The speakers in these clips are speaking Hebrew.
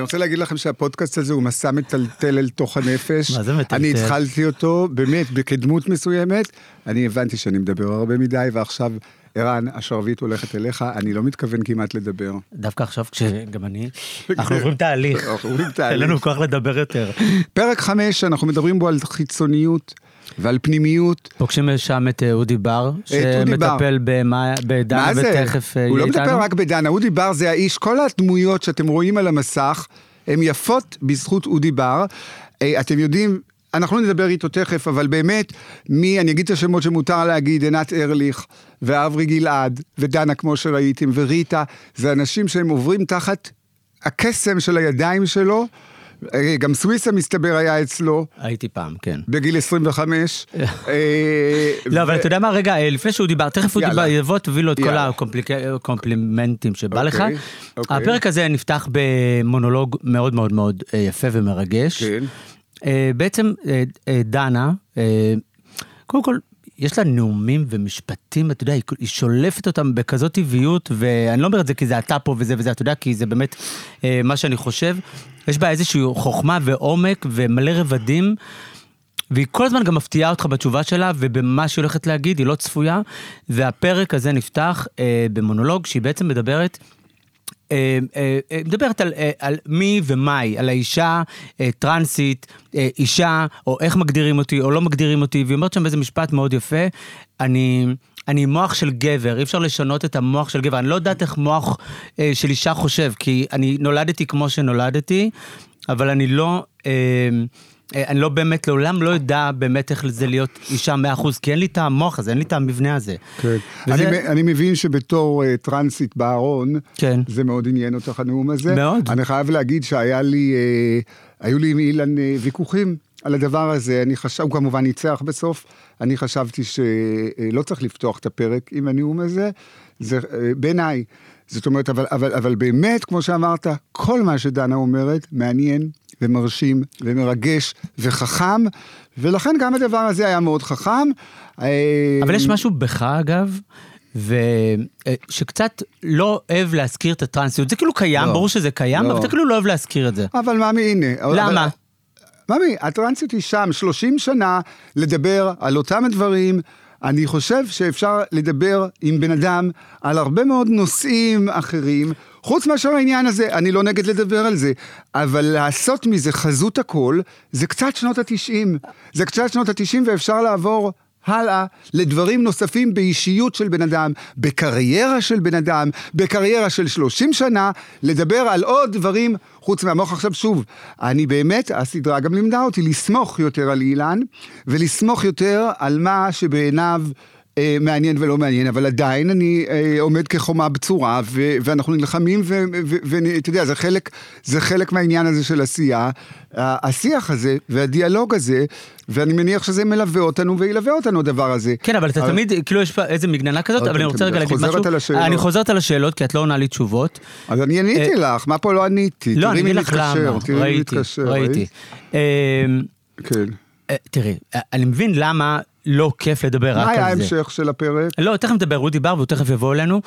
רוצה להגיד לכם שהפודקאסט הזה הוא מסע מטלטל אל תוך הנפש. מה זה מטלטל? אני התחלתי אותו באמת בכדמות מסוימת, אני הבנתי שאני מדבר הרבה מדי, ועכשיו ערן, השרביט הולכת אליך, אני לא מתכוון כמעט לדבר. דווקא עכשיו כשגם אני, אנחנו עוברים תהליך. אין לנו כוח לדבר יותר. פרק 5, אנחנו מדברים בו על חיצוניות ועל פנימיות. פוגשים שם את אודי בר, שמטפל בדנה ותכף הוא לא מטפל רק בדנה, אודי בר זה האיש, כל הדמויות שאתם רואים על המסך, הן יפות בזכות אודי בר. אתם יודעים, אנחנו נדבר איתו תכף, אבל באמת, אני אגיד את השמות שמותר להגיד, עינת ארליך, ואברי גלעד, ודנה כמו שראיתם, וריטה, זה אנשים שהם עוברים תחת הקסם של הידיים שלו, גם סוויסה מסתבר היה אצלו. הייתי פעם, כן. בגיל 25. לא, אבל אתה יודע מה, רגע, לפני שהוא דיבר, תכף הוא דיבר, יבוא, תביא לו את כל הקומפלימנטים שבא לך. הפרק הזה נפתח במונולוג מאוד מאוד מאוד יפה ומרגש. כן. בעצם דנה, קודם כל, יש לה נאומים ומשפטים, אתה יודע, היא שולפת אותם בכזאת טבעיות, ואני לא אומר את זה כי זה אתה פה וזה וזה, אתה יודע, כי זה באמת מה שאני חושב. יש בה איזושהי חוכמה ועומק ומלא רבדים, והיא כל הזמן גם מפתיעה אותך בתשובה שלה, ובמה שהיא הולכת להגיד, היא לא צפויה, והפרק הזה נפתח במונולוג, שהיא בעצם מדברת על מי ומאי, על האישה טרנסית, אישה, או איך מגדירים אותי, או לא מגדירים אותי, והיא אומרת שם איזה משפט מאוד יפה, אני מוח של גבר, אי אפשר לשנות את המוח של גבר, אני לא יודעת איך מוח של אישה חושב, כי אני נולדתי כמו שנולדתי, אבל אני לא באמת, לעולם לא יודע באמת איך זה להיות אישה 100%, כי אין לי את המוח הזה, אין לי את המבנה הזה. כן. אני מבין שבתור טרנסית בארון, זה מאוד עניין אותך הנאום הזה. מאוד. אני חייב להגיד היו לי עם אילן ויכוחים על הדבר הזה, הוא כמובן ניצח בסוף, אני חשבתי שלא צריך לפתוח את הפרק עם הנאום הזה, זה בעיניי, זאת אומרת, אבל באמת, כמו שאמרת, כל מה שדנה אומרת, מעניין ומרשים ומרגש וחכם, ולכן גם הדבר הזה היה מאוד חכם. אבל יש משהו בך, אגב, שקצת לא אוהב להזכיר את הטרנסיות, זה כאילו קיים, ברור שזה קיים, אבל אתה כאילו לא אוהב להזכיר את זה. אבל ממי, הנה. למה? ממי, הטרנסיות היא שם 30 שנה לדבר על אותם הדברים, אני חושב שאפשר לדבר עם בן אדם על הרבה מאוד נושאים אחרים, חוץ מאשר העניין הזה, אני לא נגד לדבר על זה, אבל לעשות מזה חזות הכל, זה קצת שנות ה-90, ואפשר לעבור הלאה לדברים נוספים באישיות של בן אדם, בקריירה של בן אדם, בקריירה של 30 שנה, לדבר על עוד דברים חוץ מהמוח. עכשיו שוב, אני באמת, הסדרה גם לימדה אותי לסמוך יותר על אילן, ולסמוך יותר על מה שבעיניו מעניין ולא מעניין, אבל עדיין אני עומד כחומה בצורה, ואנחנו נלחמים, ואתה יודע, זה חלק מהעניין הזה של עשייה, השיח הזה והדיאלוג הזה, ואני מניח שזה מלווה אותנו וילווה אותנו הדבר הזה. כן, אבל אתה תמיד, כאילו יש פה איזה מגננה כזאת, אבל אני רוצה רגע להגיד משהו. אני חוזרת על השאלות, כי את לא עונה לי תשובות. אז אני עניתי לך, מה פה לא עניתי? לא, אני אגיד לך למה. ראיתי. כן. תראי, אני מבין למה לא כיף לדבר רק על זה. מה היה ההמשך של הפרק? לא, תכף נדבר, הוא דיבר והוא תכף יבוא אלינו.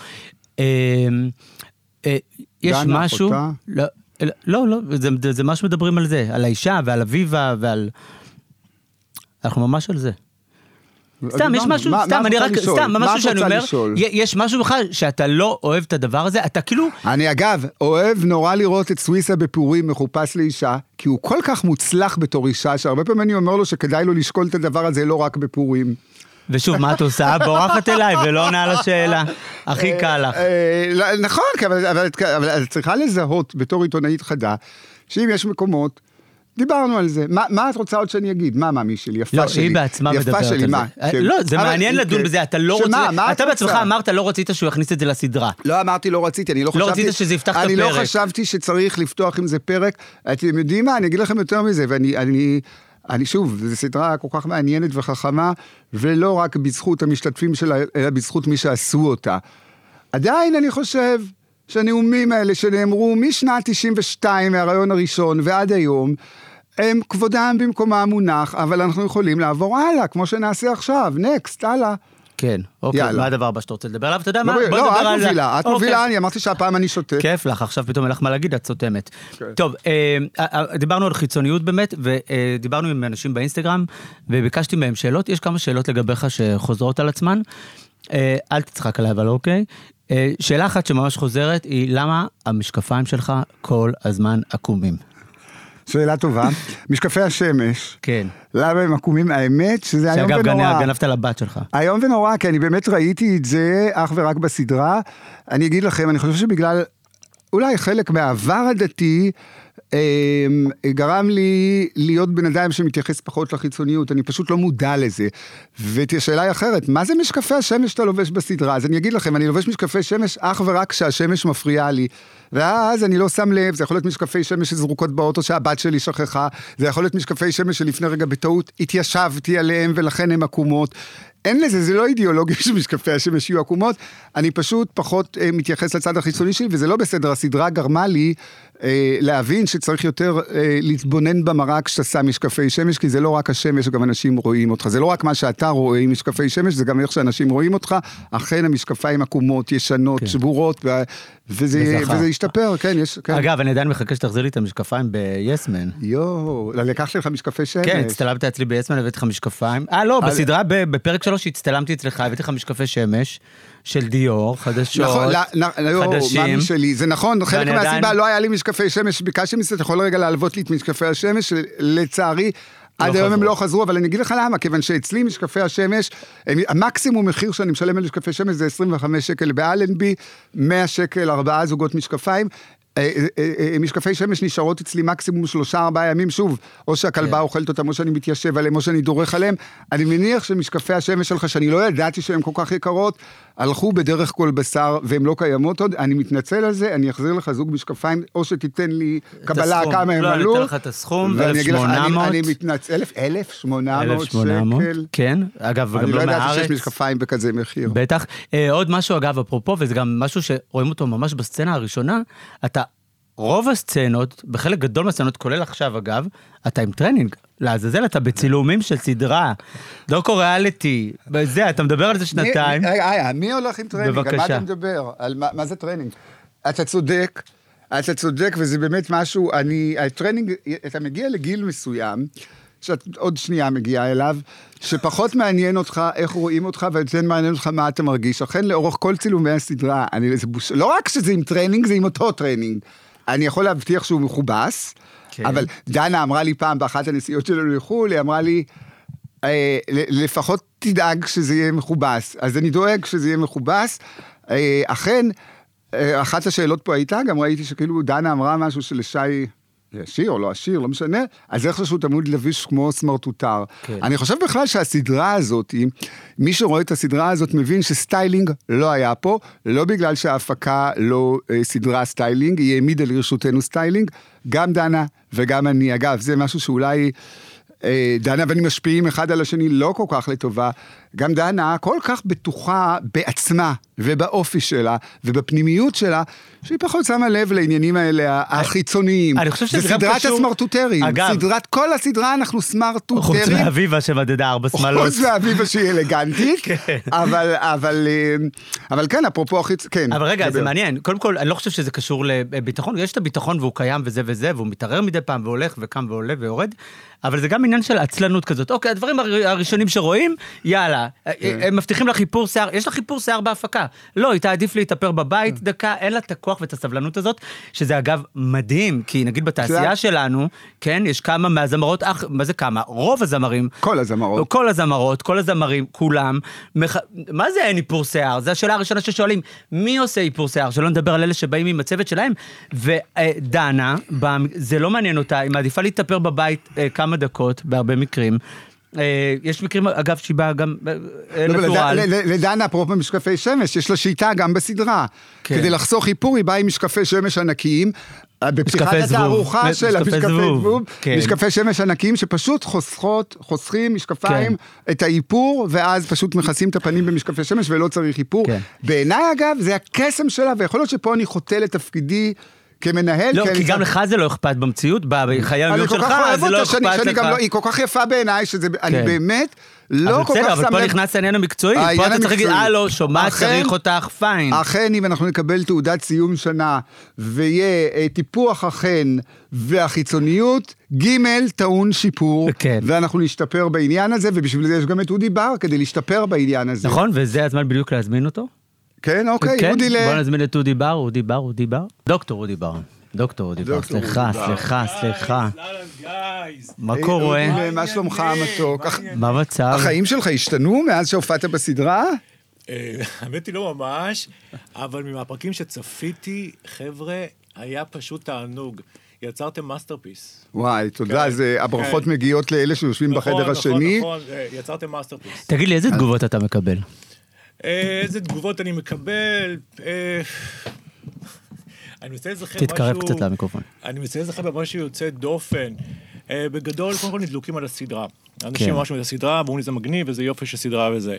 יש משהו... לא, זה מה שמדברים על זה, על האישה ועל אביבה ועל... אנחנו ממש על זה. סתם, יש משהו, סתם, אני רק, סתם, משהו שאני אומר, יש משהו בכלל שאתה לא אוהב את הדבר הזה, אתה כאילו... אני אגב, אוהב נורא לראות את סוויסה בפורים מחופש לאישה, כי הוא כל כך מוצלח בתור אישה, שהרבה פעמים אני אומר לו שכדאי לו לשקול את הדבר הזה לא רק בפורים. ושוב, מה את עושה? בורחת אליי ולא עונה על השאלה. הכי קל לך. נכון, אבל את צריכה לזהות בתור עיתונאית חדה, שאם יש מקומות, דיברנו על זה. מה את רוצה עוד שאני אגיד? מה מאמי שלי? יפה שלי. לא, היא בעצמה מדברת על זה. לא, זה מעניין לדון בזה. אתה לא רוצה... אתה בעצמך אמרת, לא רצית שהוא יכניס את זה לסדרה. לא אמרתי, לא רציתי. אני לא חשבתי... לא רצית שזה יפתח את הפרק. אני לא חשבתי שצריך לפתוח עם זה פרק. אתם יודעים מה? אני אגיד לכם יותר מזה, ואני שוב, זו סדרה כל כך מעניינת וחכמה, ולא רק בזכות המשתתפים שלה, אלא בזכות מי שעשו אותה. עדיין אני חושב שהנאומים האלה שנאמרו משנת 92 מהרעיון הראשון ועד היום, הם כבודם במקומה מונח, אבל אנחנו יכולים לעבור הלאה, כמו שנעשה עכשיו, נקסט, הלאה. כן, אוקיי, יאללה. מה הדבר הבא שאתה רוצה לדבר עליו? אתה יודע מה? בוא לא, נדבר את על... מובילה, את מובילה, אני אמרתי שהפעם אני שותה. כיף לך, עכשיו פתאום אין לך מה להגיד, את סותמת. כן. טוב, דיברנו על חיצוניות באמת, ודיברנו עם אנשים באינסטגרם, וביקשתי מהם שאלות, יש כמה שאלות לגביך שחוזרות על עצמן, אל תצחק עליי, אבל אוקיי. שאלה אחת שממש חוזרת היא, למה המשקפיים שלך כל הזמן עקומים? שאלה טובה. משקפי השמש. כן. למה הם עקומים? האמת שזה היום ונורא. שאגב, גנבת לבת שלך. היום ונורא, כי אני באמת ראיתי את זה אך ורק בסדרה. אני אגיד לכם, אני חושב שבגלל אולי חלק מהעבר הדתי, גרם לי להיות בן אדם שמתייחס פחות לחיצוניות, אני פשוט לא מודע לזה. והשאלה היא אחרת, מה זה משקפי השמש שאתה לובש בסדרה? אז אני אגיד לכם, אני לובש משקפי שמש אך ורק כשהשמש מפריעה לי. ואז אני לא שם לב, זה יכול להיות משקפי שמש שזרוקות באוטו שהבת שלי שכחה, זה יכול להיות משקפי שמש שלפני רגע בטעות התיישבתי עליהם ולכן הם עקומות. אין לזה, זה לא אידיאולוגיה שמשקפי השמש יהיו עקומות, אני פשוט פחות מתייחס לצד החיצוני שלי, וזה לא בסדר, הסדרה גרמה לי להבין שצריך יותר להתבונן במראה כשאתה שם משקפי שמש, כי זה לא רק השמש, גם אנשים רואים אותך, זה לא רק מה שאתה רואה עם משקפי שמש, זה גם איך שאנשים רואים אותך, אכן המשקפיים עקומות, ישנות, שבורות, וזה ישתפר, כן, יש... אגב, אני עדיין מחכה שתחזיר לי את המשקפיים ב-Yes Man. לקחתי לך משקפי שמש. כן, הצטלמת אצלי ב-Yes Man, הבאתי לך משקפיים. לא, בסדרה, בפרק 3 הצטלמתי אצלך, הבאתי לך משקפי שמש של דיור, חדשות, חדשים. זה נכון, חלק מהסיבה לא היה לי משקפי שמש, ביקשתי מסתכל, אתה יכול רגע להלוות לי את משקפי השמש, לצערי, עד היום הם לא חזרו, אבל אני אגיד לך למה, כיוון שאצלי משקפי השמש, המקסימום מחיר שאני משלם על משקפי שמש זה 25 שקל באלנבי, 100 שקל, 4 זוגות משקפיים, משקפי שמש נשארות אצלי מקסימום 3-4 ימים, שוב, או שהכלבה אוכלת אותם, או שאני מתיישב עליהם, או שאני דורך עליהם, אני מניח שמשקפי השמש שלך, שאני לא ידעתי שהן כל כך יקרות, הלכו בדרך כל בשר, והן לא קיימות עוד, אני מתנצל על זה, אני אחזיר לך זוג משקפיים, או שתיתן לי קבלה כמה הם עלו. לא, אני אתן לך את הסכום, 1,800. אני מתנצל, 1,800 שקל. כן, אגב, גם לא מהארץ. אני לא ידעתי שיש משקפיים בכזה מחיר. בטח. עוד משהו, אגב, אפרופו, וזה גם משהו שרואים אותו ממש בסצנה הראשונה, רוב הסצנות, בחלק גדול מהסצנות, כולל עכשיו אגב, אתה עם טרנינג, לעזאזל, אתה בצילומים של סדרה, דוקו ריאליטי, בזה, אתה מדבר על זה שנתיים. מי הולך עם טרנינג? בבקשה. על מה אתה מדבר? מה זה טרנינג? אתה צודק, וזה באמת משהו, הטרנינג, אתה מגיע לגיל מסוים, שאת עוד שנייה מגיעה אליו, שפחות מעניין אותך איך רואים אותך, ויותר מעניין אותך מה אתה מרגיש. אכן, לאורך כל צילומי הסדרה, לא רק שזה עם טרנינג, זה עם אותו טרנינג. אני יכול להבטיח שהוא מכובס, כן. אבל דנה אמרה לי פעם, באחת הנסיעות שלנו לחו"ל, היא אמרה לי, לפחות תדאג שזה יהיה מכובס. אז אני דואג שזה יהיה מכובס. אכן, אחת השאלות פה הייתה, גם ראיתי שכאילו דנה אמרה משהו שלשי... עשיר או לא עשיר, לא משנה, אז איך שהוא תמוד לביש כמו סמרטוטר. כן. אני חושב בכלל שהסדרה הזאת, מי שרואה את הסדרה הזאת מבין שסטיילינג לא היה פה, לא בגלל שההפקה לא סדרה סטיילינג, היא העמידה לרשותנו סטיילינג, גם דנה וגם אני. אגב, זה משהו שאולי דנה ואני משפיעים אחד על השני לא כל כך לטובה, גם דנה כל כך בטוחה בעצמה ובאופי שלה ובפנימיות שלה, שהיא פחות שמה לב לעניינים האלה החיצוניים. אני חושב שזה גם קשור... זה סדרת הסמרטוטרים. כל הסדרה אנחנו סמרטוטרים. חוץ מהאביבה שמדדה 4 שמלות. חוץ מהאביבה שהיא אלגנטית. אבל כן, אפרופו כן. אבל רגע, זה מעניין. קודם כל, אני לא חושב שזה קשור לביטחון. יש את הביטחון והוא קיים וזה וזה, והוא מתערר מדי פעם והולך וקם ועולה ויורד. אבל זה גם עניין של עצלנות כזאת. אוקיי, הדברים הראשונים שרואים, יאללה, הם מבטיחים לך חיפור שיער, יש לך חיפור שיער בהפקה. לא, איתה עדיף להתאפר בבית, דקה, אין לה את הכוח ואת הסבלנות הזאת, שזה אגב מדהים, כי נגיד בתעשייה שלנו, כן, יש כמה מהזמרות, מה זה כמה? רוב הזמרים. כל הזמרים, כולם, מה זה אין איפור שיער? זו השאלה הראשונה ששואלים, מי עושה איפור שיער? שלא נדבר על אלה שבאים עם הצוות שלהם, ודנה, זה לא מעניין אותה, היא מעדיפה להתאפר בבית כמה דקות, בהרבה מקרים, יש מקרים, אגב, שהיא באה גם נטורל. לדנה, אפרופו משקפי שמש, יש לה שיטה גם בסדרה. כדי לחסוך איפור, היא באה עם משקפי שמש ענקיים, בפתיחת התערוכה של משקפי שמש ענקיים, שפשוט חוסכים משקפיים את האיפור, ואז פשוט מכסים את הפנים במשקפי שמש, ולא צריך איפור. בעיניי, אגב, זה הקסם שלה, ויכול להיות שפה אני חוטא לתפקידי, כמנהל... לא, כי גם לך זה לא אכפת במציאות, בחיי היום שלך, זה לא אכפת לך. היא כל כך יפה בעיניי, שאני באמת לא כל כך שם לב... אבל פה נכנס העניין המקצועי, פה אתה צריך להגיד, לא, שומע, צריך אותך, פיין. אכן, אם אנחנו נקבל תעודת סיום שנה, ויהיה טיפוח אכן, והחיצוניות, ג' טעון שיפור, ואנחנו נשתפר בעניין הזה, ובשביל זה יש גם את אודי בר, כדי להשתפר בעניין הזה. נכון, וזה הזמן בדיוק להזמין אותו? כן, אוקיי, אודי בוא נזמין את אודי בר, דוקטור אודי בר. סליחה. מה קורה? מה שלומך המתוק? מה מצב? החיים שלך השתנו מאז שהופעת בסדרה? האמת היא לא ממש, אבל מהפרקים שצפיתי, חבר'ה, היה פשוט תענוג. יצרתם מאסטרפיס. וואי, תודה, הברכות מגיעות לאלה שיושבים בחדר השני. נכון, יצרתם מאסטרפיס. תגיד לי, איזה תגובות אתה מקבל? איזה תגובות אני מקבל? אני מנסה לזכר משהו... תתקרב קצת למיקרופון. אני מנסה לזכר במשהו יוצא דופן. בגדול, קודם כל נדלוקים על הסדרה. אנשים משהו על הסדרה, אמרו לי זה מגניב, וזה יופי של סדרה וזה.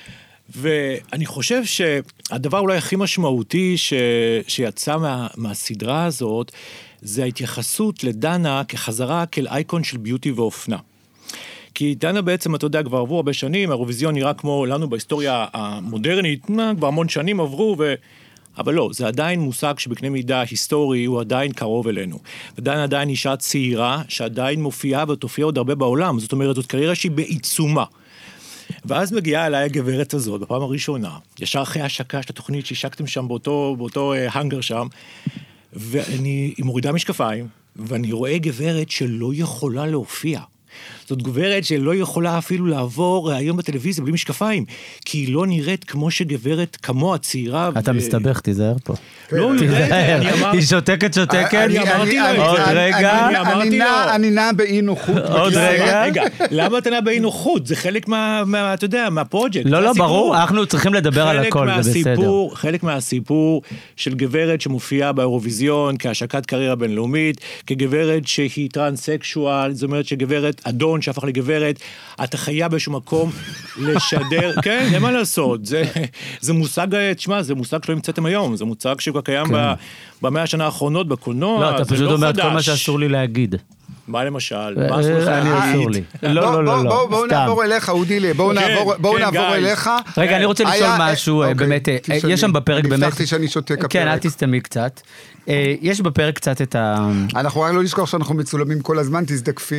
ואני חושב שהדבר אולי הכי משמעותי שיצא מהסדרה הזאת, זה ההתייחסות לדנה כחזרה כאל אייקון של ביוטי ואופנה. כי דנה בעצם, אתה יודע, כבר עברו הרבה שנים, האירוויזיון נראה כמו לנו בהיסטוריה המודרנית, כבר המון שנים עברו, אבל לא, זה עדיין מושג שבקנה מידה היסטורי הוא עדיין קרוב אלינו. ודנה עדיין אישה צעירה, שעדיין מופיעה ותופיע עוד הרבה בעולם, זאת אומרת, זאת קריירה שהיא בעיצומה. ואז מגיעה אליי הגברת הזאת, בפעם הראשונה, ישר אחרי ההשקה של התוכנית שהשקתם שם באותו הנגר שם, והיא מורידה משקפיים, ואני רואה גברת שלא יכולה להופיע. זאת גברת שלא יכולה אפילו לעבור היום בטלוויזיה בלי משקפיים, כי היא לא נראית כמו שגברת כמוה צעירה. אתה מסתבך, תיזהר פה. לא, תיזהר, היא שותקת. אני אמרתי לו. עוד רגע. אני נע באי נוחות. עוד רגע. למה אתה נע באי נוחות? זה חלק אתה יודע, מהפרויקט. לא, ברור, אנחנו צריכים לדבר על הכל, זה בסדר. חלק מהסיפור של גברת שמופיעה באירוויזיון, כהשקת קריירה בינלאומית, כגברת שהיא טרנסקשואל, זאת אומרת שגברת אדון שהפך לגברת, אתה חייב באיזשהו מקום לשדר, כן, אין מה לעשות, זה מושג, תשמע, זה מושג שלא המצאתם היום, זה מושג שכבר קיים במאה השנה האחרונות בקולנוע, לא, אתה פשוט אומר כל מה שאסור לי להגיד. מה למשל? מה אסור לך להגיד? לא, בואו נעבור אליך, אודי, בואו נעבור אליך. רגע, אני רוצה לשאול משהו, באמת, יש שם בפרק באמת... הבטחתי שאני שותק הפרק. כן, אל תסתמי קצת. יש בפרק קצת את ה... אנחנו רק לא נשכח שאנחנו מצולמים כל הזמן, תזדקפי.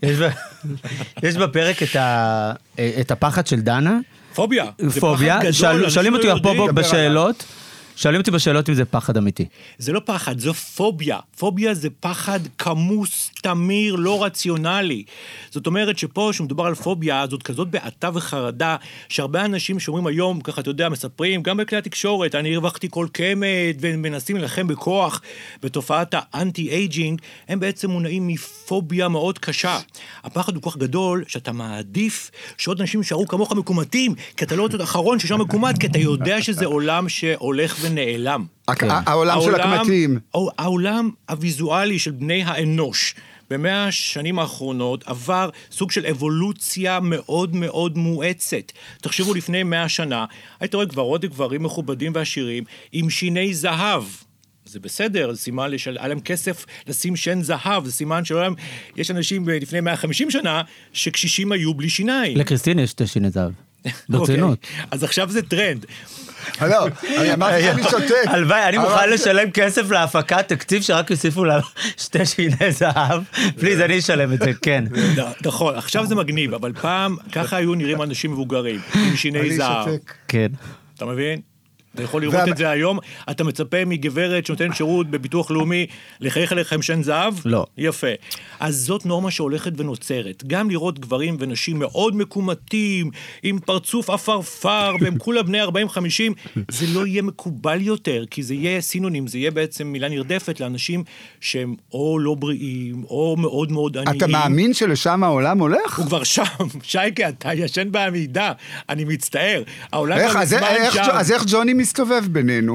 יש בפרק את הפחד של דנה. פוביה. שואלים אותי פה בשאלות. שואלים אותי בשאלות אם זה פחד אמיתי. זה לא פחד, זו פוביה. פוביה זה פחד כמוס, תמיר, לא רציונלי. זאת אומרת שפה, שמדובר על פוביה, זאת כזאת בעתה וחרדה, שהרבה אנשים שאומרים היום, ככה אתה יודע, מספרים, גם בכלי התקשורת, אני הרווחתי כל קמת, ומנסים ללחם בכוח, בתופעת האנטי-אייג'ינג, הם בעצם מונעים מפוביה מאוד קשה. הפחד הוא כך גדול, שאתה מעדיף שעוד אנשים שערו כמוך מקומתים, כי אתה לא יודע אחרון ששם מקומט, כי אתה יודע שזה עולם שהולך ונעלם. העולם של הקמתים. העולם הוויזואלי של בני האנוש, במאה השנים האחרונות, עבר סוג של אבולוציה מאוד מאוד מואצת. תחשבו לפני 100 שנה, היית רואה גברות וגברים מכובדים ועשירים, עם שיני זהב. זה בסדר, זה סימן היה להם כסף לשים שן זהב, זה סימן שלהם, יש אנשים לפני 150 שנה, שקשישים היו בלי שיניים. לקריסטין יש שתי שיני זהב. ברצינות. אז עכשיו זה טרנד. לא, אני אמרתי שאני שותק. הלוואי, אני מוכן לשלם כסף להפקת תקציב שרק יוסיפו לה שתי שיני זהב, פליז, אני אשלם את זה, כן. נכון, עכשיו זה מגניב, אבל פעם ככה היו נראים אנשים מבוגרים, עם שיני זהב. אני שותק. כן. אתה מבין? אתה יכול לראות את זה היום, אתה מצפה מגברת שנותן שירות בביטוח לאומי, לחייך עליכם שן זהב? לא. יפה. אז זאת נורמה שהולכת ונוצרת. גם לראות גברים ונשים מאוד מקומתים, עם פרצוף אפרפר, והם כולה בני 40-50, זה לא יהיה מקובל יותר, כי זה יהיה סינונים, זה יהיה בעצם מילה נרדפת לאנשים שהם או לא בריאים, או מאוד מאוד עניים. אתה מאמין שלשם העולם הולך? הוא כבר שם. שייקה, אתה ישן בעמידה, אני מצטער. העולם אז איך ג'וני מסתובב בינינו?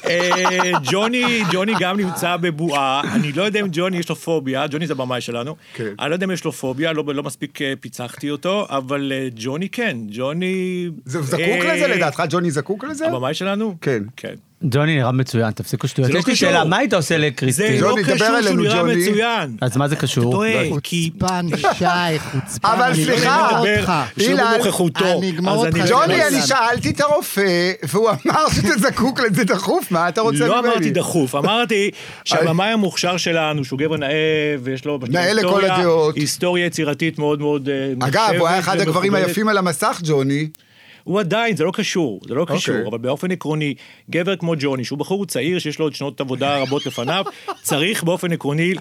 ג'וני גם נמצא בבועה, אני לא יודע אם ג'וני יש לו פוביה, ג'וני זה הבמאי שלנו, אני לא יודע אם יש לו פוביה, לא מספיק פיצחתי אותו, אבל ג'וני כן, ג'וני... זה זקוק לזה לדעתך? ג'וני זקוק לזה? הבמאי שלנו? כן. כן. ג'וני נראה מצוין, תפסיקו שטויות. זה לא יש לי קשור. שאלה, מה היית עושה זה לקריסטין? לא ג'וני, דבר קשור שהוא אלינו, נראה ג'וני. מצוין. אז מה זה קשור? טועה, כי... חוצפן, שי, חוצפן. אבל אני סליחה, אגמור מדבר, אותך. שהוא אילן, בנוכחותו. אני אגמור אז אותך. אני- ג'וני, לא אני אילן. שאלתי את הרופא, והוא אמר שאתה זקוק לזה דחוף, מה אתה רוצה ממני? לא אמרתי דחוף, אמרתי שהבמאי המוכשר שלנו, שהוא גבר נאה, ויש לו נאה לכל הדעות. היסטוריה יצירתית מאוד מאוד אגב, הוא היה אחד נחשבת הגברים ומכובדת. היפים על המסך, ג'וני. הוא עדיין, זה לא קשור, זה לא קשור, אוקיי. אבל באופן עקרוני, גבר כמו ג'וני, שהוא בחור צעיר שיש לו עוד שנות עבודה רבות לפניו, צריך באופן עקרוני...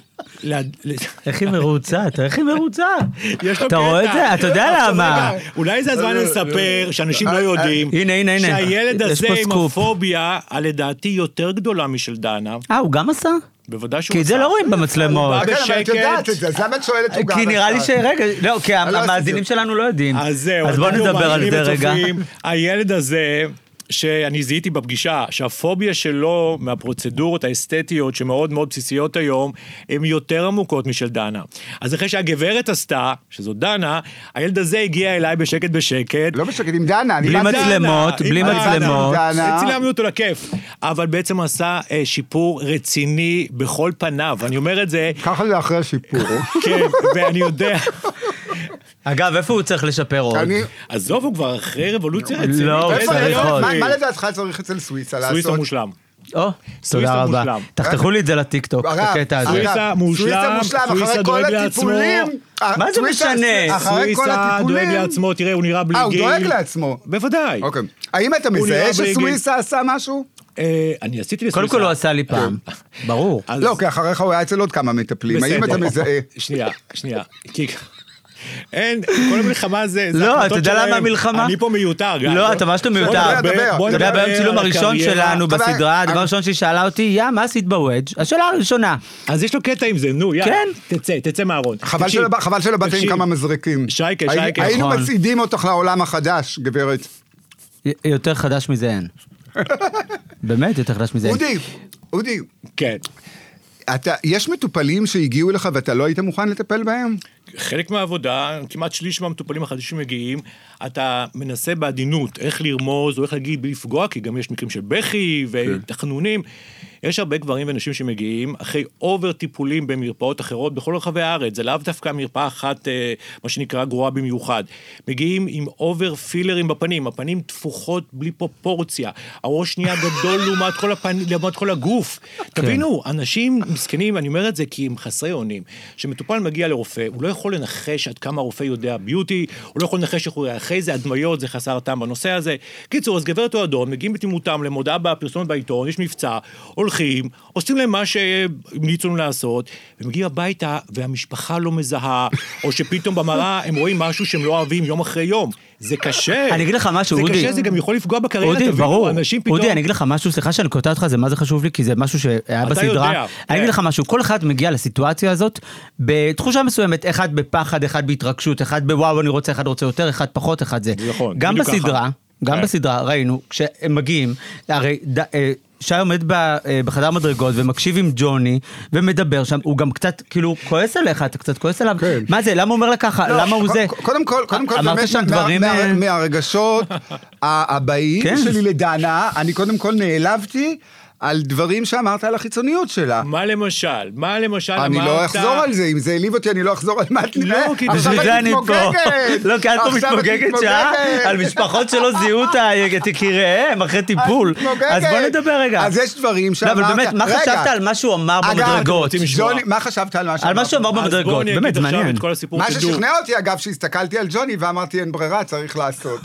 איך היא מרוצה? איך היא מרוצה? יש לו אתה רואה את זה? אתה יודע עכשיו, למה? רגע, אולי זה הזמן לספר שאנשים לא יודעים, הנה. שהילד יש הזה פה עם סקופ. הפוביה, לדעתי יותר גדולה משל דנה, הוא גם עשה? בוודאי שהוא כי את זה עשה. לא רואים במצלמות. הוא בא כן, אבל את בשקט. יודעת את זה, אז למה את שואלת הוא גם כי נראה לי עכשיו? שרגע, לא, כי לא המאזינים עשיתי. שלנו לא יודעים. אז זהו, אז בואו אנחנו נדבר על מאזינים זה רגע. וצופים. הילד הזה, שאני זיהיתי בפגישה, שהפוביה שלו מהפרוצדורות האסתטיות שמאוד מאוד בסיסיות היום, הן יותר עמוקות משל דנה. אז אחרי שהגברת עשתה, שזאת דנה, הילד הזה הגיע אליי בשקט בשקט. לא בשקט עם דנה, אני בלי באתי- מצלמות, דנה, בלי עם מצלמות. דנה. צילמנו אותו לכיף, אבל בעצם עשה שיפור רציני בכל פניו, אני אומר את זה, ככה זה אחרי השיפור. כן, ואני יודע, אגב, איפה הוא צריך לשפר עוד? אני... עזוב, הוא כבר אחרי רבולוציה רצינית. לא, איזה צריך יופי. עוד. מה לדעתך צריך אצל סוויסה לעשות? סוויסה מושלם. תודה רבה. מושלם. תחתכו לי את זה לטיקטוק, הרב, הקטע הזה. סוויסה הרב, מושלם, סוויסה מושלם, אחרי סוויסה כל דואג לעצמו. הטיפולים. מה זה סוויסה- משנה? אחרי כל סוויסה הטיפולים. דואג לעצמו, תראה, הוא נראה בלי הוא גיל. דואג לעצמו. בוודאי. אוקיי. האם אתה הוא נראה מזהה בלי שסוויסה עשה משהו? אני עשיתי לסוויסה. קודם כל הוא עשה לי פעם. ברור. אז- לא, כי אחריך הוא היה אצל עוד כמה מטפלים. האם בסדר. אתה מזהה? שנייה. כי... אין, כל המלחמה זה לא, החלטות אתה יודע שלהם. למה המלחמה? אני פה מיותר, גיא. לא, אתה ממש לא מיותר. דבר. בוא אתה יודע, נדבר ביום צילום על הראשון הקריירה. שלנו אבל- בסדרה, הדבר הראשון שהיא שאלה אותי, מה עשית בוודג'? השאלה הראשונה. אז יש לו קטע עם זה, נו, יאללה. כן. תצא מהארון. חבל תקשיב, שלא באת עם תקשיב. כמה מזרקים. שייקה. היינו נכון. מצעידים אותך לעולם החדש, גברת. יותר חדש מזה אין. באמת, יותר חדש מזה אין. אודי, כן. יש מטופלים שהגיעו אליך ואתה לא היית מוכן לטפל בהם? חלק מהעבודה, כמעט שליש מהמטופלים החדשים מגיעים, אתה מנסה בעדינות איך לרמוז או איך להגיד בלי לפגוע, כי גם יש מקרים של בכי ותחנונים. יש הרבה גברים ונשים שמגיעים אחרי אובר טיפולים במרפאות אחרות בכל רחבי הארץ, זה לאו דווקא מרפאה אחת, מה שנקרא גרועה במיוחד. מגיעים עם אובר פילרים בפנים, הפנים תפוחות בלי פרופורציה, הראש נהיה גדול לעומת כל הגוף. תבינו, אנשים מסכנים, אני אומר את זה כי הם חסרי אונים, שמטופל מגיע לרופא, הוא לא יכול לנחש עד כמה הרופא יודע ביוטי, הוא לא יכול לנחש איך הוא יהיה אחרי זה, הדמיות, זה חסר טעם בנושא הזה. קיצור, אז גברת או אדון, מגיעים בתימותם למודעה בפרסומת בעיתון, יש מבצע, הולכים, עושים להם מה שהמליצו לנו לעשות, ומגיעים הביתה והמשפחה לא מזהה, או שפתאום במראה הם רואים משהו שהם לא אוהבים יום אחרי יום. זה קשה. אני אגיד לך משהו, אודי. זה קשה, זה גם יכול לפגוע בקריירה, אודי, תבינו, ברור. אנשים פתאום... אודי, אני אגיד לך משהו, סליחה שאני קוטע אותך, זה מה זה חשוב לי, כי זה משהו שהיה אתה בסדרה. יודע, אני אגיד כן. לך משהו, כל אחד מגיע לסיטואציה הזאת, בתחושה מסוימת, אחד בפחד, אחד בהתרגשות, אחד בוואו, אני רוצה, אחד רוצה יותר, אחד פחות, אחד זה. נכון, גם בדיוק בסדרה, ככה. גם כן. בסדרה, ראינו, כשהם מגיעים, הרי שי עומד בחדר מדרגות ומקשיב עם ג'וני ומדבר שם, הוא גם קצת כאילו כועס עליך, אתה קצת כועס עליו, כן. מה זה, למה הוא אומר לך ככה, למה הוא זה? קודם כל, אמרת באמת, שם דברים... מהרגשות הבאים כן. שלי לדנה, אני קודם כל נעלבתי על דברים שאמרת על החיצוניות שלה. מה למשל אמרת... אני לא אחזור על זה, אם זה העליב אותי, אני לא אחזור על מה את לא, כי עכשיו בשביל את זה אני פה. מתמוגגת. לא, כי את פה עכשיו את מתמוגגת שעה על משפחות שלא זיהו את יקיריהם אחרי טיפול. מתמוגגת. אז בוא נדבר רגע. אז יש דברים לא, שאמרת... אבל באמת, מה רגע. חשבת על מה שהוא אמר אגב, במדרגות? רוצים לשמוע. ג'וני, מה חשבת על מה על מה שהוא אמר אז בואו במדרגות, אני באמת, אגיד עכשיו מעניין. את כל הסיפור, מה תדעו. ששכנע אותי, אגב, שהסתכלתי על ג'וני ואמרתי, אין ברירה, צריך לעשות.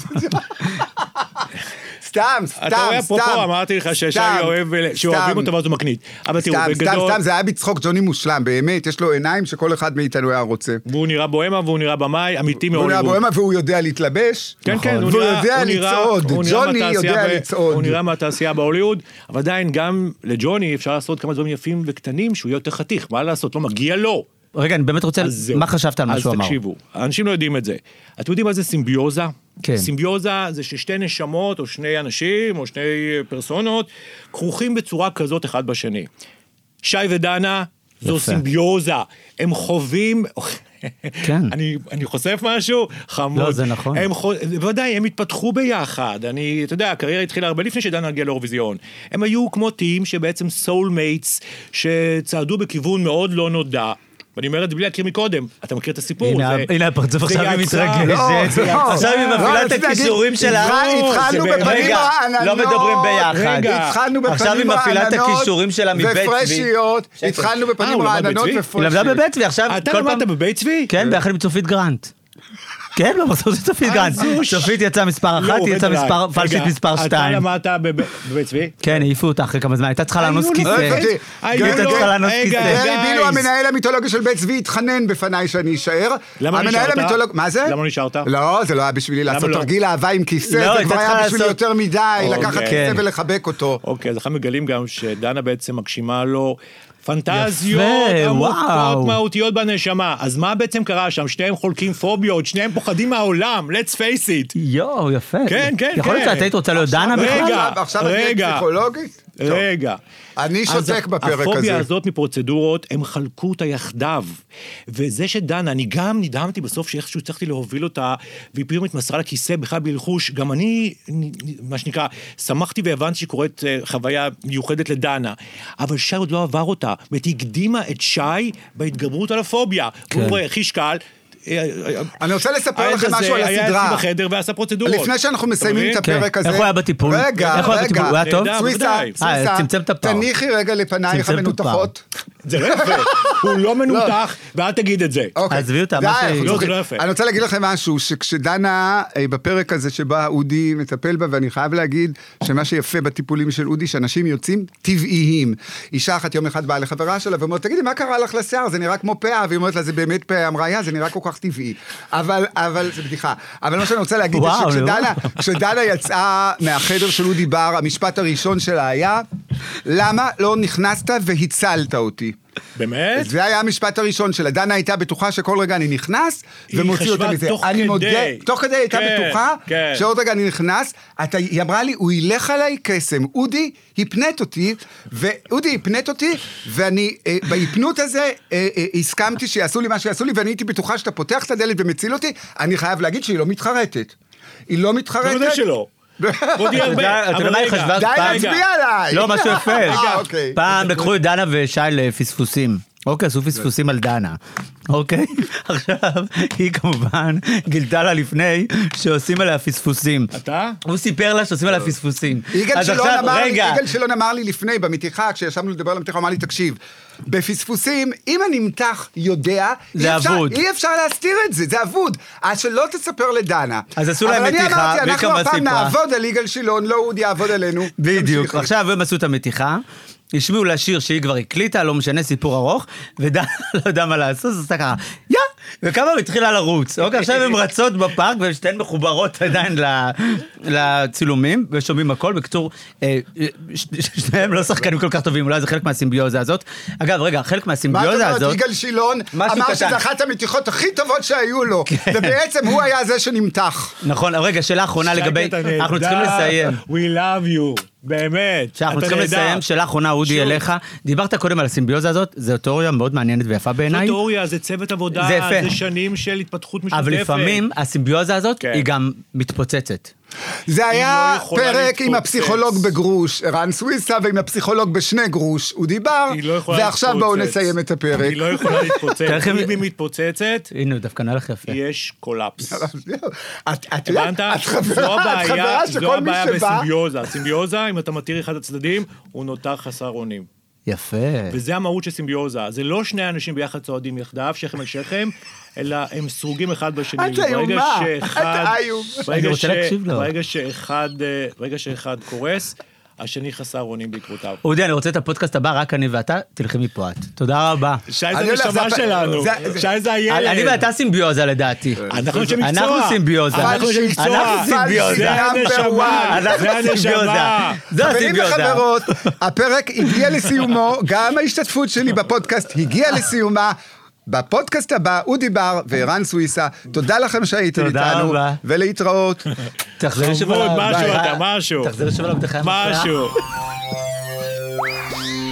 סתם. אתה רואה, אפרופו, אמרתי לך ששי אוהב, שאוהבים אותו ואז הוא מקנית. אבל תראו, בגדול... סתם, זה היה בצחוק, ג'וני מושלם, באמת, יש לו עיניים שכל אחד מאיתנו היה רוצה. והוא נראה בוהמה והוא נראה במאי, אמיתי הוא נראה מהוליווד. בוהמה והוא יודע להתלבש. כן, כן, והוא יודע לצעוד. ג'וני יודע לצעוד. הוא נראה מהתעשייה בהוליווד, אבל עדיין גם לג'וני אפשר לעשות כמה דברים יפים וקטנים שהוא יהיה יותר חתיך, מה לעשות, לא מגיע לו. רגע, אני באמת רוצה, אז זהו. מה חשבת על מה שהוא אז אמר? תקשיבו, האנשים לא יודעים את זה. אתם יודעים מה זה סימביוזה? כן. סימביוזה זה ששתי נשמות, או שני אנשים, או שני פרסונות, כרוכים בצורה כזאת אחד בשני. שי ודנה, זו סימביוזה, הם חווים... כן. אני חושף משהו? חמוד. לא, זה נכון. בוודאי, הם התפתחו ביחד. אתה יודע, הקריירה התחילה הרבה לפני שדנה הגיע לאירוויזיון. הם היו כמו טים שבעצם soulmates, שצעדו בכיוון מאוד לא נודע. ואני אומר את זה בלי להכיר מקודם. אתה מכיר את הסיפור? הנה הפרצוף עכשיו היא מתרגשת. עכשיו היא מפעילה את הכישורים שלה. התחלנו בפנים העננות. לא מדברים ביחד. התחלנו עכשיו היא בפנים מפעילה את העננות. הכישורים שלה מבית צבי. ופרשיות. התחלנו בפנים העננות ופרשיות. היא למדה בבית צבי, עכשיו... אתה למדת בבית צבי? כן, ביחד עם צופית גרנט. כן, במחזור של צופית גרנט. צופית יצאה מספר 1, היא יצאה פלשית מספר 2. אתה למדת בבית צבי? כן, העיפו אותה אחרי כמה זמן, הייתה צריכה לאנוס כיסא. הייתה צריכה לאנוס כיסא. בילו המנהל המיתולוגי של בית צבי התחנן בפניי שאני אשאר. למה נשארת? מה זה? למה נשארת? לא, זה לא היה בשבילי לעשות תרגיל אהבה עם כיסא, זה כבר היה בשבילי יותר מדי, לקחת כיסא ולחבק אותו. אוקיי, אז אנחנו מגלים גם שדנה בעצם מגשימה לו פנטזיות עמוקות מהותיות בנשמה. אז מה בעצם קרה שם? שניהם חולקים פוביות, שניהם פוחדים מהעולם, let's face it. יואו, יפה. כן, כן, כן. יכול להיות שאת היית רוצה להיות דנה בכלל? עכשיו את פסיכולוגית? רגע. אני שותק בפרק הזה. הפוביה הזאת מפרוצדורות, הם חלקו אותה יחדיו. וזה שדנה, אני גם נדהמתי בסוף שאיכשהו הצלחתי להוביל אותה, והיא פתאום התמסרה לכיסא בכלל בלחוש. גם אני, מה שנקרא, שמחתי והבנתי שקורית חוויה מיוחדת לדנה. אבל שי עוד לא עבר אותה, ותקדימה את שי בהתגברות על הפוביה. הוא רואה, חישקל, אני רוצה לספר לכם משהו על הסדרה. היה אצלי בחדר ועשה פרוצדורות. לפני שאנחנו מסיימים את הפרק הזה. איך הוא היה בטיפול? רגע, איך הוא היה בטיפול? הוא היה טוב? סוויסה, צמצם את הפער. תניחי רגע לפנייך המנותחות. זה לא יפה, הוא לא מנותח, ואל תגיד את זה. עזבי אותה, מה שהיא... לא, זה לא יפה. אני רוצה להגיד לכם משהו, שכשדנה בפרק הזה שבה אודי מטפל בה, ואני חייב להגיד שמה שיפה בטיפולים של אודי, שאנשים יוצאים טבעיים. אישה אחת יום אחד באה לחברה שלה, ואומרת, תגידי, מה קרה לך לשיער? זה נראה כמו פאה, והיא אומרת לה, זה באמת פאה, אמרה, זה נראה כל כך טבעי. אבל זה בדיחה. אבל מה שאני רוצה להגיד, כשדנה יצאה מהחדר של אודי בר, המשפט הראשון שלה היה, למה לא נכנסת והצלת אותי? באמת? זה היה המשפט הראשון שלה. דנה הייתה בטוחה שכל רגע אני נכנס, ומוציא אותה מזה. תוך כדי הייתה בטוחה, שעוד רגע אני נכנס, היא אמרה לי, הוא ילך עליי קסם. אודי הפנט אותי, ואני, בהפנות הזה, הסכמתי שיעשו לי מה שיעשו לי, ואני הייתי בטוחה שאתה פותח את הדלת ומציל אותי, אני חייב להגיד שהיא לא מתחרטת. היא לא מתחרטת. זה יודע שלא. בודי הרבה, אבל רגע. די להצביע עליי. לא, משהו יפה. פעם לקחו את דנה ושי לפספוסים. אוקיי, עשו פספוסים על דנה. אוקיי? עכשיו, היא כמובן גילתה לה לפני שעושים עליה פספוסים. אתה? הוא סיפר לה שעושים עליה פספוסים. יגאל שלון אמר לי לפני, במתיחה, כשישבנו לדבר על המתיחה, אמר לי, תקשיב, בפספוסים, אם הנמתח יודע, אי אפשר להסתיר את זה, זה אבוד. אז שלא תספר לדנה. אז עשו להם מתיחה, אבל אני אמרתי, אנחנו הפעם נעבוד על יגאל שלון, לא אודי יעבוד עלינו. בדיוק, עכשיו הם עשו את המתיחה. ישמיעו לשיר שהיא כבר הקליטה, לא משנה, סיפור ארוך, ודנה לא יודע מה לעשות, אז עשתה ככה, וכמה הוא התחילה לרוץ. אוקיי, עכשיו הם רצות בפארק, והן שתיהן מחוברות עדיין לצילומים, ושומעים הכל. בקצור, שניהם לא שחקנים כל כך טובים, אולי זה חלק מהסימביוזה הזאת. אגב, רגע, חלק מהסימביוזה הזאת... מה אתה יגאל שילון אמר שזה אחת המתיחות הכי טובות שהיו לו, ובעצם הוא היה זה שנמתח. נכון, רגע, שאלה אחרונה לגבי... אנחנו צריכים לסיים. We love you. באמת. שאנחנו צריכים לסיים, שאלה אחרונה, אודי, אליך. דיברת קודם על הסימביוזה הזאת, זו תיאוריה מאוד מעניינת ויפה בעיניי. זו תיאוריה, זה צוות עבודה, זה שנים של התפתחות משותפת. אבל לפעמים הסימביוזה הזאת היא גם מתפוצצת. זה היה פרק עם הפסיכולוג בגרוש, ערן סוויסה, ועם הפסיכולוג בשני גרוש, אודי בר, ועכשיו בואו נסיים את הפרק. היא לא יכולה להתפוצץ, אם היא מתפוצצת, הנה, דווקא נלך יפה. יש קולאפס. הבנת? זו הבעיה בסימביוזה. הסימביוזה, אם אתה מתיר אחד הצדדים, הוא נותר חסר אונים. יפה. וזה המהות של סימביוזה. זה לא שני אנשים ביחד צועדים יחדיו, שכם על שכם, אלא הם סרוגים אחד בשני. ברגע שאחד קורס, השני חסר אונים בעקבותיו. אודי, אני רוצה את הפודקאסט הבא, רק אני ואתה, תלכי מפה את. תודה רבה. שי זה נשמה שלנו. שי זה הילד. אני ואתה סימביוזה לדעתי. אנחנו אנשי מקצוע. אנחנו סימביוזה. אנחנו סימביוזה. זה הנשמה. זה הנשמה. חברים וחברות, הפרק הגיע לסיומו, גם ההשתתפות שלי בפודקאסט הגיעה לסיומה. בפודקאסט הבא, אודי בר וערן סוויסה, תודה לכם שהייתם איתנו, ולהתראות. תחזרי שוב משהו. תחזרי שוב על הבטחה. משהו.